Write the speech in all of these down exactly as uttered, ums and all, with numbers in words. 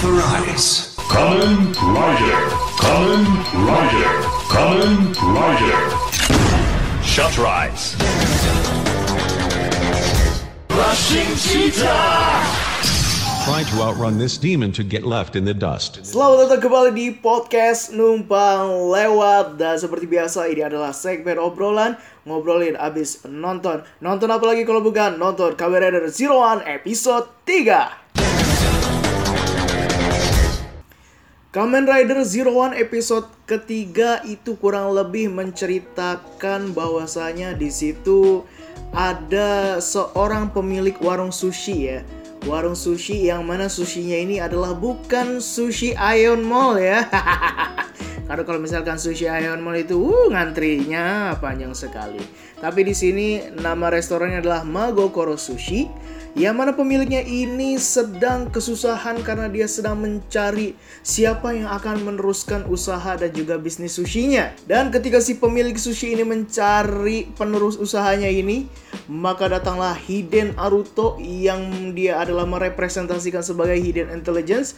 Arise. Kamen Rider. Kamen Rider. Kamen Rider. Shut Rise. Rushing Cheetah. Try to outrun this demon to get left in the dust. Selamat datang kembali di podcast Numpang Lewat. Dan seperti biasa ini adalah segmen obrolan ngobrolin abis nonton. Nonton apa lagi kalau bukan nonton Kamen Rider Zero One episode tiga. Kamen Rider Zero One episode ketiga itu kurang lebih menceritakan bahwasanya di situ ada seorang pemilik warung sushi ya. Warung sushi yang mana sushinya ini adalah bukan sushi Ion Mall ya. Karena kalau misalkan sushi Ion Mall itu uh, ngantrinya panjang sekali. Tapi di sini nama restorannya adalah Magokoro Sushi, yang mana pemiliknya ini sedang kesusahan karena dia sedang mencari siapa yang akan meneruskan usaha dan juga bisnis sushinya. Dan ketika si pemilik sushi ini mencari penerus usahanya ini, maka datanglah Hiden Aruto yang dia adalah merepresentasikan sebagai Hidden Intelligence,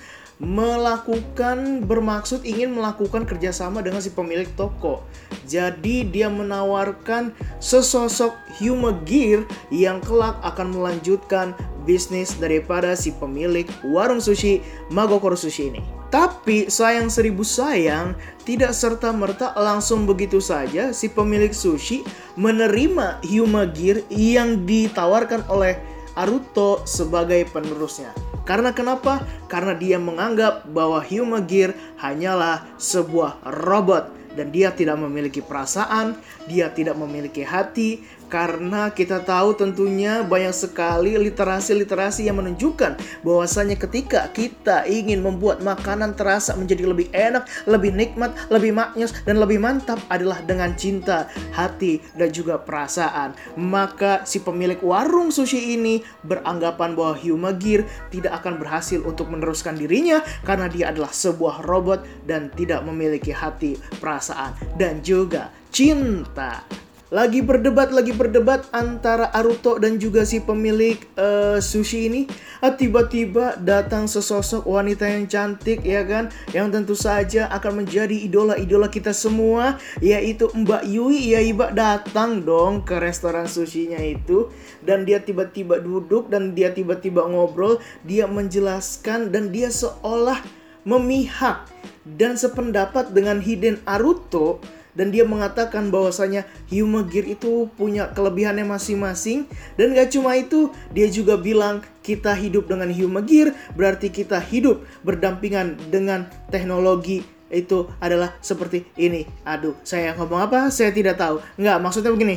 melakukan bermaksud ingin melakukan kerjasama dengan si pemilik toko. Jadi dia menawarkan sesosok Hyuma Gear yang kelak akan melanjutkan bisnis daripada si pemilik warung sushi Magokoro Sushi ini. Tapi sayang seribu sayang, tidak serta-merta langsung begitu saja si pemilik sushi menerima Hyuma Gear yang ditawarkan oleh Aruto sebagai penerusnya. Karena kenapa? Karena dia menganggap bahwa Hyuma Gear hanyalah sebuah robot dan dia tidak memiliki perasaan, dia tidak memiliki hati. Karena kita tahu tentunya banyak sekali literasi-literasi yang menunjukkan bahwasanya ketika kita ingin membuat makanan terasa menjadi lebih enak, lebih nikmat, lebih maknyus, dan lebih mantap adalah dengan cinta, hati, dan juga perasaan. Maka si pemilik warung sushi ini beranggapan bahwa Hyuma Gear tidak akan berhasil untuk meneruskan dirinya karena dia adalah sebuah robot dan tidak memiliki hati, perasaan, dan juga cinta. Lagi berdebat, lagi berdebat antara Aruto dan juga si pemilik uh, sushi ini. Tiba-tiba datang sesosok wanita yang cantik ya kan, yang tentu saja akan menjadi idola-idola kita semua, yaitu Mbak Yui. Ya Mbak datang dong ke restoran sushinya itu, dan dia tiba-tiba duduk dan dia tiba-tiba ngobrol. Dia menjelaskan dan dia seolah memihak dan sependapat dengan Hiden Aruto. Dan dia mengatakan bahwasanya Hyuma Gear itu punya kelebihannya masing-masing. Dan gak cuma itu, dia juga bilang kita hidup dengan Hyuma Gear berarti kita hidup berdampingan dengan teknologi. Itu adalah seperti ini. Aduh, saya ngomong apa? Saya tidak tahu. Nggak, maksudnya begini.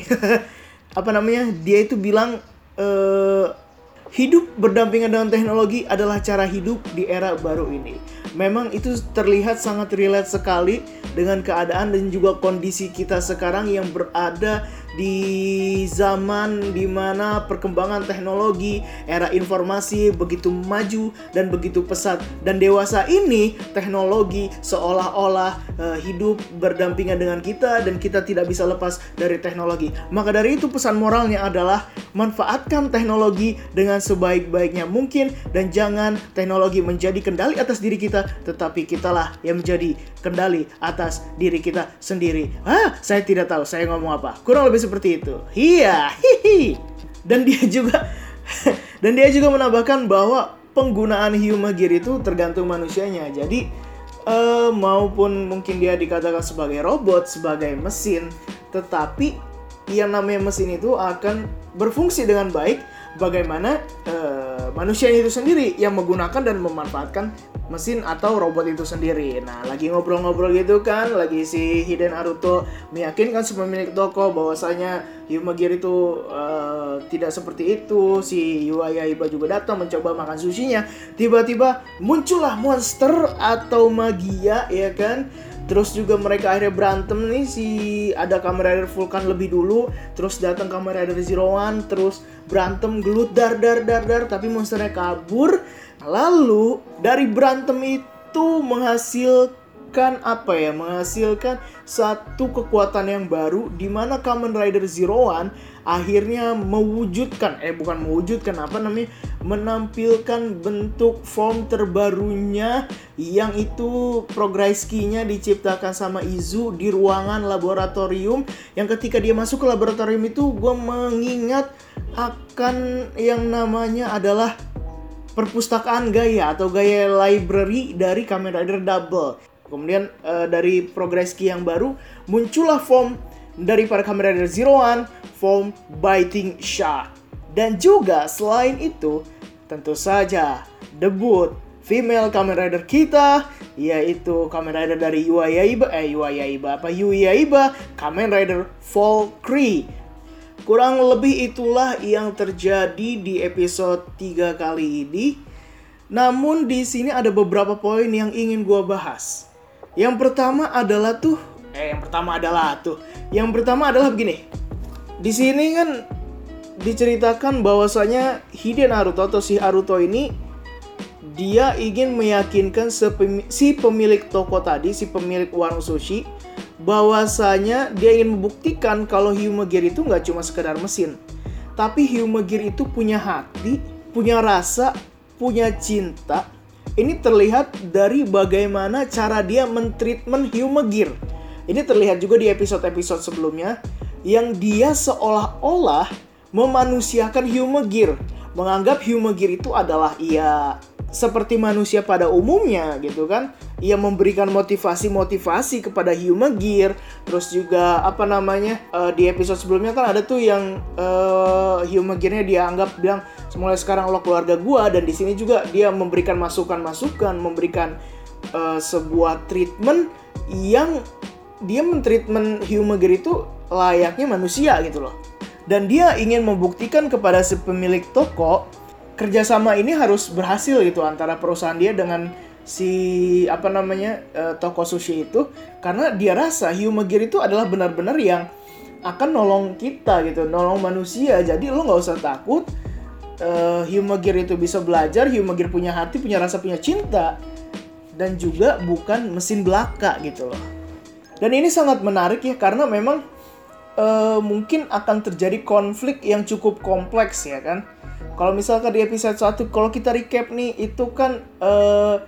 Apa namanya? Dia itu bilang uh, hidup berdampingan dengan teknologi adalah cara hidup di era baru ini. Memang itu terlihat sangat relate sekali dengan keadaan dan juga kondisi kita sekarang yang berada di zaman dimana perkembangan teknologi, era informasi begitu maju dan begitu pesat. Dan dewasa ini teknologi seolah-olah uh, hidup berdampingan dengan kita dan kita tidak bisa lepas dari teknologi. Maka dari itu pesan moralnya adalah manfaatkan teknologi dengan sebaik-baiknya mungkin dan jangan teknologi menjadi kendali atas diri kita, tetapi kitalah yang menjadi kendali atas diri kita sendiri. Ah, saya tidak tahu saya ngomong apa. Kurang lebih seperti itu. Iya, hihi. Dan dia juga dan dia juga menambahkan bahwa penggunaan Hyuma Gear itu tergantung manusianya. Jadi uh, maupun mungkin dia dikatakan sebagai robot, sebagai mesin, tetapi yang namanya mesin itu akan berfungsi dengan baik bagaimana uh, manusia itu sendiri yang menggunakan dan memanfaatkan mesin atau robot itu sendiri. Nah, lagi ngobrol-ngobrol gitu kan, lagi si Hiden Aruto meyakinkan si pemilik toko bahwasanya Hyuma Gear itu uh, tidak seperti itu. Si Yuaya Iba juga datang mencoba makan sushinya. Tiba-tiba muncullah monster atau magia ya kan. Terus juga mereka akhirnya berantem nih, si ada Kamen Rider Vulcan lebih dulu, terus datang Kamen Rider Zero One, terus berantem gelut dar dar dar dar, tapi monsternya kabur. Lalu dari berantem itu menghasilkan akan apa ya menghasilkan satu kekuatan yang baru di mana Kamen Rider Zero One akhirnya mewujudkan eh bukan mewujudkan apa namanya menampilkan bentuk form terbarunya yang itu progress key-nya diciptakan sama Izu di ruangan laboratorium, yang ketika dia masuk ke laboratorium itu gue mengingat akan yang namanya adalah perpustakaan gaya atau gaya library dari Kamen Rider Double. Kemudian uh, dari progress key yang baru muncullah form daripada Kamen Rider Zero One, form Biting Shark. Dan juga selain itu tentu saja debut female Kamen Rider kita, yaitu Kamen Rider dari Yua Yaiba eh Yua Yaiba apa Yui Yaiba, Kamen Rider Valkyrie. Kurang lebih itulah yang terjadi di episode tiga kali ini. Namun di sini ada beberapa poin yang ingin gua bahas. Yang pertama adalah tuh eh yang pertama adalah tuh. Yang pertama adalah begini. Di sini kan diceritakan bahwasanya Hide Naruto atau si Haruto ini dia ingin meyakinkan si pemilik toko tadi, si pemilik warung sushi, bahwasanya dia ingin membuktikan kalau Hyumegear itu nggak cuma sekedar mesin, tapi Hyumegear itu punya hati, punya rasa, punya cinta. Ini terlihat dari bagaimana cara dia mentreatment Hyumegear. Ini terlihat juga di episode-episode sebelumnya, yang dia seolah-olah memanusiakan Hyumegear, menganggap Hyumegear itu adalah ya seperti manusia pada umumnya gitu kan. Ia memberikan motivasi-motivasi kepada Hyumegear. Terus juga apa namanya uh, di episode sebelumnya kan ada tuh yang uh, Hyumegear-nya dia anggap bilang mulai sekarang lo keluarga gua. Dan di sini juga dia memberikan masukan-masukan, memberikan uh, sebuah treatment yang dia mentreatment Hyumegear itu layaknya manusia gitu loh. Dan dia ingin membuktikan kepada si pemilik toko kerjasama ini harus berhasil gitu antara perusahaan dia dengan si apa namanya uh, toko sushi itu, karena dia rasa Hyumegear itu adalah benar-benar yang akan nolong kita gitu, nolong manusia. Jadi lo nggak usah takut, uh, Hyumegear itu bisa belajar, Hyumegear punya hati, punya rasa, punya cinta, dan juga bukan mesin belaka gitu loh. Dan ini sangat menarik ya, karena memang uh, mungkin akan terjadi konflik yang cukup kompleks ya kan. Kalau misalkan di episode satu, kalau kita recap nih, itu kan uh,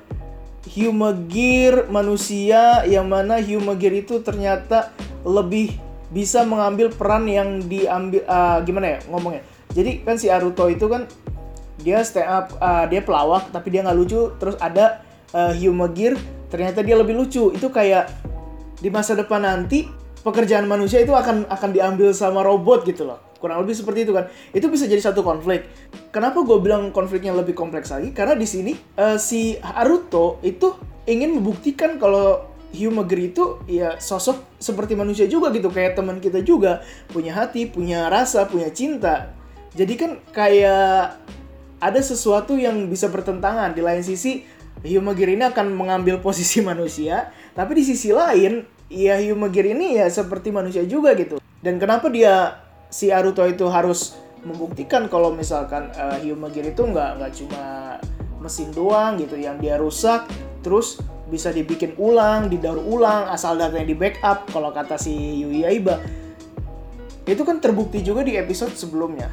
Hyumegear manusia, yang mana Hyumegear itu ternyata lebih bisa mengambil peran yang diambil, uh, gimana ya ngomongnya. Jadi kan si Haruto itu kan dia stand up, uh, dia pelawak tapi dia nggak lucu. Terus ada uh, Hyumegear, ternyata dia lebih lucu. Itu kayak di masa depan nanti pekerjaan manusia itu akan akan diambil sama robot gitu loh. Kurang lebih seperti itu kan. Itu bisa jadi satu konflik. Kenapa gue bilang konfliknya lebih kompleks lagi? Karena di sini uh, si Haruto itu ingin membuktikan kalau Hyumegear itu ya sosok seperti manusia juga gitu, kayak teman kita juga, punya hati, punya rasa, punya cinta. Jadi kan kayak ada sesuatu yang bisa bertentangan. Di lain sisi Hyumegear ini akan mengambil posisi manusia, tapi di sisi lain ya Hyumegear ini ya seperti manusia juga gitu. Dan kenapa dia si Haruto itu harus membuktikan kalau misalkan uh, Hyumegear itu nggak nggak cuma mesin doang gitu yang dia rusak, terus bisa dibikin ulang, didaur ulang, asal datanya di backup kalau kata si Yui Yaiba. Itu kan terbukti juga di episode sebelumnya,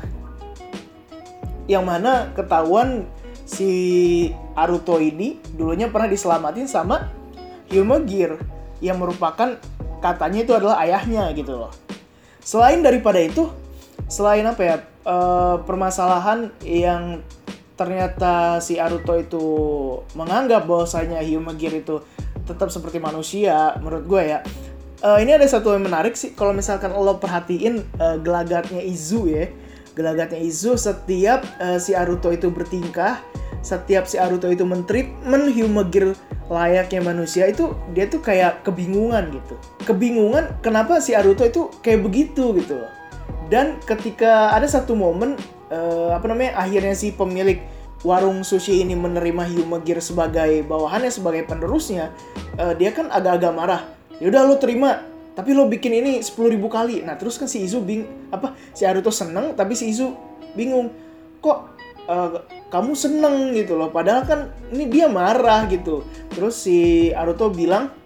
yang mana ketahuan si Haruto ini dulunya pernah diselamatin sama Hyumegear, yang merupakan katanya itu adalah ayahnya gitu loh. Selain daripada itu, selain apa ya, uh, permasalahan yang ternyata si Haruto itu menganggap bahwasanya Hyumegear itu tetap seperti manusia, menurut gue ya, uh, ini ada satu yang menarik sih. Kalau misalkan lo perhatiin uh, gelagatnya Izu ya, gelagatnya Izu setiap uh, si Haruto itu bertingkah, setiap si Haruto itu mentreatment Hyumegear layaknya manusia, itu dia tuh kayak kebingungan gitu. Kebingungan kenapa si Haruto itu kayak begitu gitu loh. Dan ketika ada satu momen uh, apa namanya akhirnya si pemilik warung sushi ini menerima Hyumegear sebagai bawahannya, sebagai penerusnya, uh, dia kan agak-agak marah. Yaudah lo terima, tapi lo bikin ini sepuluh ribu kali. Nah terus kan si Izu bing apa si Haruto seneng, tapi si Izu bingung, kok Uh, kamu seneng gitu loh, padahal kan ini dia marah gitu. Terus si Haruto bilang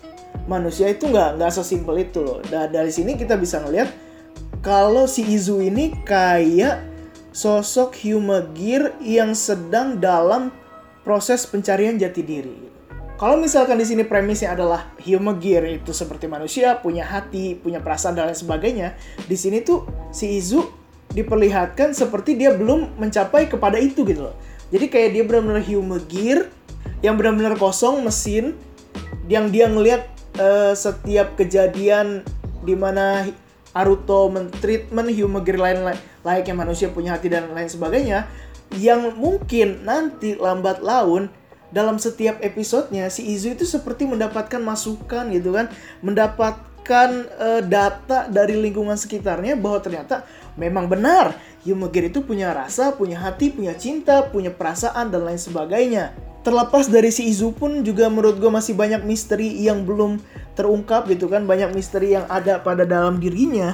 manusia itu nggak nggak sesimpel itu loh. Dan dari sini kita bisa ngelihat kalau si Izu ini kayak sosok Hyumegear yang sedang dalam proses pencarian jati diri. Kalau misalkan di sini premisnya adalah Hyumegear itu seperti manusia, punya hati, punya perasaan dan lain sebagainya, di sini tuh si Izu diperlihatkan seperti dia belum mencapai kepada itu gitu loh. Jadi kayak dia benar-benar Hyumegear yang benar-benar kosong mesin, yang dia ngelihat uh, setiap kejadian di mana Aruto mentreatment Hyumegear lain layaknya manusia, punya hati dan lain sebagainya, yang mungkin nanti lambat laun dalam setiap episodenya si Izu itu seperti mendapatkan masukan gitu kan, mendapatkan uh, data dari lingkungan sekitarnya bahwa ternyata memang benar Hyumegear itu punya rasa, punya hati, punya cinta, punya perasaan dan lain sebagainya. Terlepas dari si Izu pun juga menurut gue masih banyak misteri yang belum terungkap gitu kan. Banyak misteri yang ada pada dalam dirinya.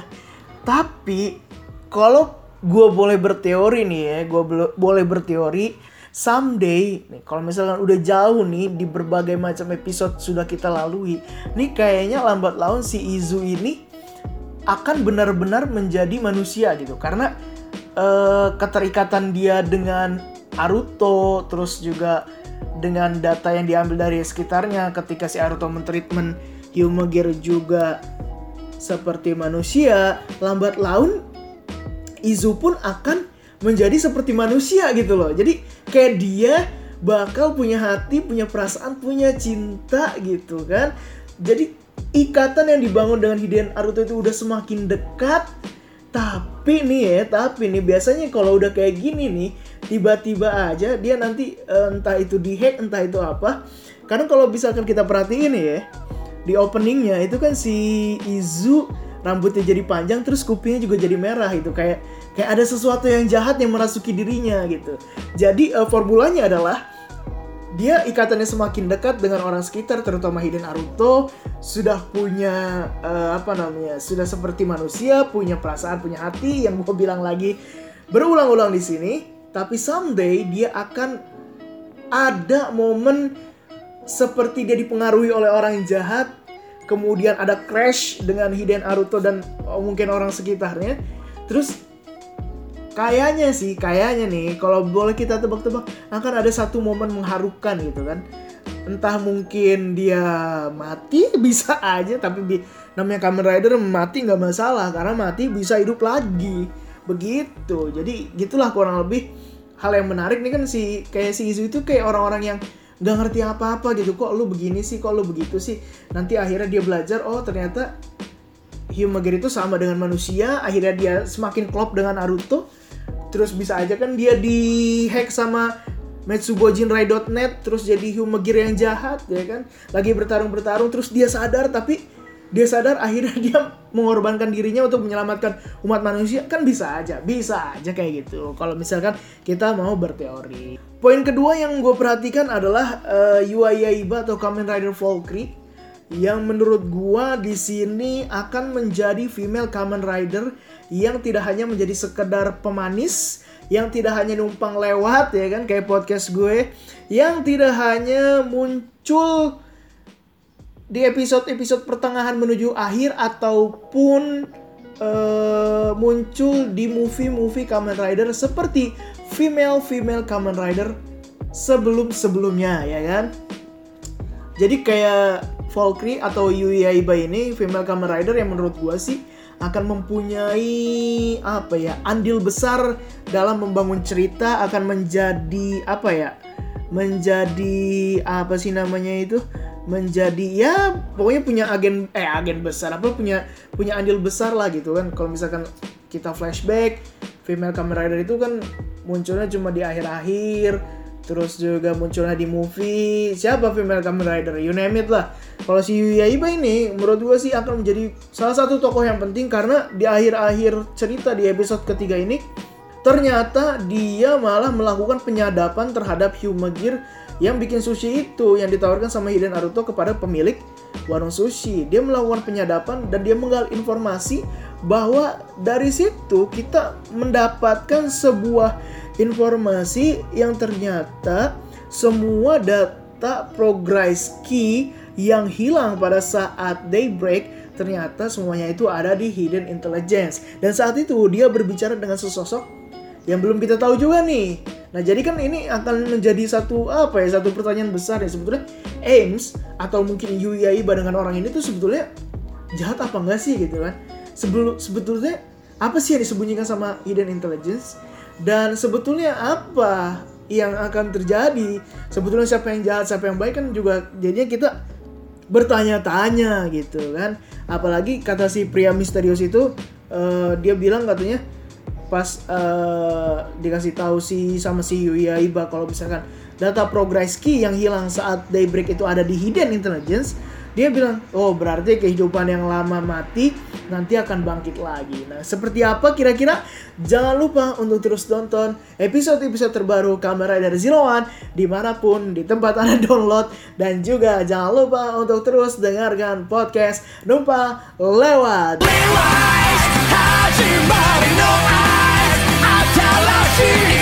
Tapi kalau gue boleh berteori nih ya, gue be- boleh berteori someday nih, kalau misalkan udah jauh nih di berbagai macam episode sudah kita lalui, nih kayaknya lambat laun si Izu ini akan benar-benar menjadi manusia gitu. Karena uh, keterikatan dia dengan Aruto, terus juga dengan data yang diambil dari sekitarnya ketika si Aruto mentreatment Hyumegear juga seperti manusia, lambat laun Izu pun akan menjadi seperti manusia gitu loh. Jadi kayak dia bakal punya hati, punya perasaan, punya cinta gitu kan. Jadi ikatan yang dibangun dengan Hiden Aruto itu udah semakin dekat. Tapi nih ya, tapi nih biasanya kalau udah kayak gini nih, tiba-tiba aja dia nanti entah itu dihack, entah itu apa. Karena kalau misalkan kita perhatiin ya, di openingnya itu kan si Izu rambutnya jadi panjang, terus kupingnya juga jadi merah itu, kayak kayak ada sesuatu yang jahat yang merasuki dirinya gitu. Jadi uh, formulanya adalah dia ikatannya semakin dekat dengan orang sekitar, terutama Hiden Aruto, sudah punya uh, apa namanya, sudah seperti manusia, punya perasaan, punya hati, yang gue bilang lagi berulang-ulang di sini. Tapi someday dia akan ada momen seperti dia dipengaruhi oleh orang yang jahat, kemudian ada crash dengan Hiden Aruto dan oh, mungkin orang sekitarnya. Terus kayaknya sih, kayaknya nih, kalau boleh kita tebak-tebak, akan ada satu momen mengharukan gitu kan. Entah mungkin dia mati, bisa aja, tapi bi- namanya Kamen Rider, mati nggak masalah, karena mati bisa hidup lagi. Begitu, jadi gitulah kurang lebih hal yang menarik nih kan. Si kayak si Izu itu kayak orang-orang yang nggak ngerti apa-apa gitu. Kok lu begini sih, kok lu begitu sih. Nanti akhirnya dia belajar, oh ternyata Hyumegear itu sama dengan manusia. Akhirnya dia semakin klop dengan Naruto. Terus bisa aja kan dia di-hack sama Metsubojinrai dot net, terus jadi Hyumegear yang jahat ya kan. Lagi bertarung-bertarung terus dia sadar, tapi dia sadar akhirnya dia mengorbankan dirinya untuk menyelamatkan umat manusia. Kan bisa aja, bisa aja kayak gitu kalau misalkan kita mau berteori. Poin kedua yang gue perhatikan adalah uh, Yua Yaiba atau Kamen Rider Valkyrie, yang menurut gue di sini akan menjadi female Kamen Rider yang tidak hanya menjadi sekedar pemanis, yang tidak hanya numpang lewat ya kan kayak podcast gue, yang tidak hanya muncul di episode-episode pertengahan menuju akhir ataupun uh, muncul di movie-movie Kamen Rider seperti female-female Kamen Rider sebelum-sebelumnya ya kan. Jadi kayak Valkyrie atau Yui Yaiba ini female Kamen Rider yang menurut gua sih akan mempunyai apa ya, andil besar dalam membangun cerita, akan menjadi apa ya, menjadi apa sih namanya itu, menjadi ya pokoknya punya agen eh agen besar apa punya punya andil besar lah gitu kan. Kalau misalkan kita flashback, female Kamen Rider itu kan munculnya cuma di akhir-akhir, terus juga munculnya di movie siapa female Kamen Rider, you name it lah. Kalau si Yui Yaiba ini menurut gue sih akan menjadi salah satu tokoh yang penting, karena di akhir-akhir cerita di episode ketiga ini ternyata dia malah melakukan penyadapan terhadap Hyumegear yang bikin sushi itu yang ditawarkan sama Hiden Aruto kepada pemilik warung sushi. Dia melakukan penyadapan dan dia menggali informasi bahwa dari situ kita mendapatkan sebuah informasi yang ternyata semua data progress key yang hilang pada saat Daybreak, ternyata semuanya itu ada di Hidden Intelligence. Dan saat itu dia berbicara dengan sesosok yang belum kita tahu juga nih. Nah, jadi kan ini akan menjadi satu apa ya, satu pertanyaan besar ya sebetulnya. Ames atau mungkin Yuyaiba dengan orang ini tuh sebetulnya jahat apa enggak sih gitu kan? Sebelum sebetulnya apa sih yang disembunyikan sama Hidden Intelligence? Dan sebetulnya apa yang akan terjadi? Sebetulnya siapa yang jahat, siapa yang baik kan juga jadinya kita bertanya-tanya gitu kan. Apalagi kata si pria misterius itu, uh, dia bilang katanya pas uh, dikasih tahu si sama si Yuyaiba kalau misalkan data progress key yang hilang saat Daybreak itu ada di Hidden Intelligence, dia bilang, oh berarti kehidupan yang lama mati nanti akan bangkit lagi. Nah, seperti apa kira-kira? Jangan lupa untuk terus nonton episode-episode terbaru Kamen Rider Zero One dimanapun di tempat Anda download. Dan juga jangan lupa untuk terus dengarkan podcast Numpang Lewat. Lewat,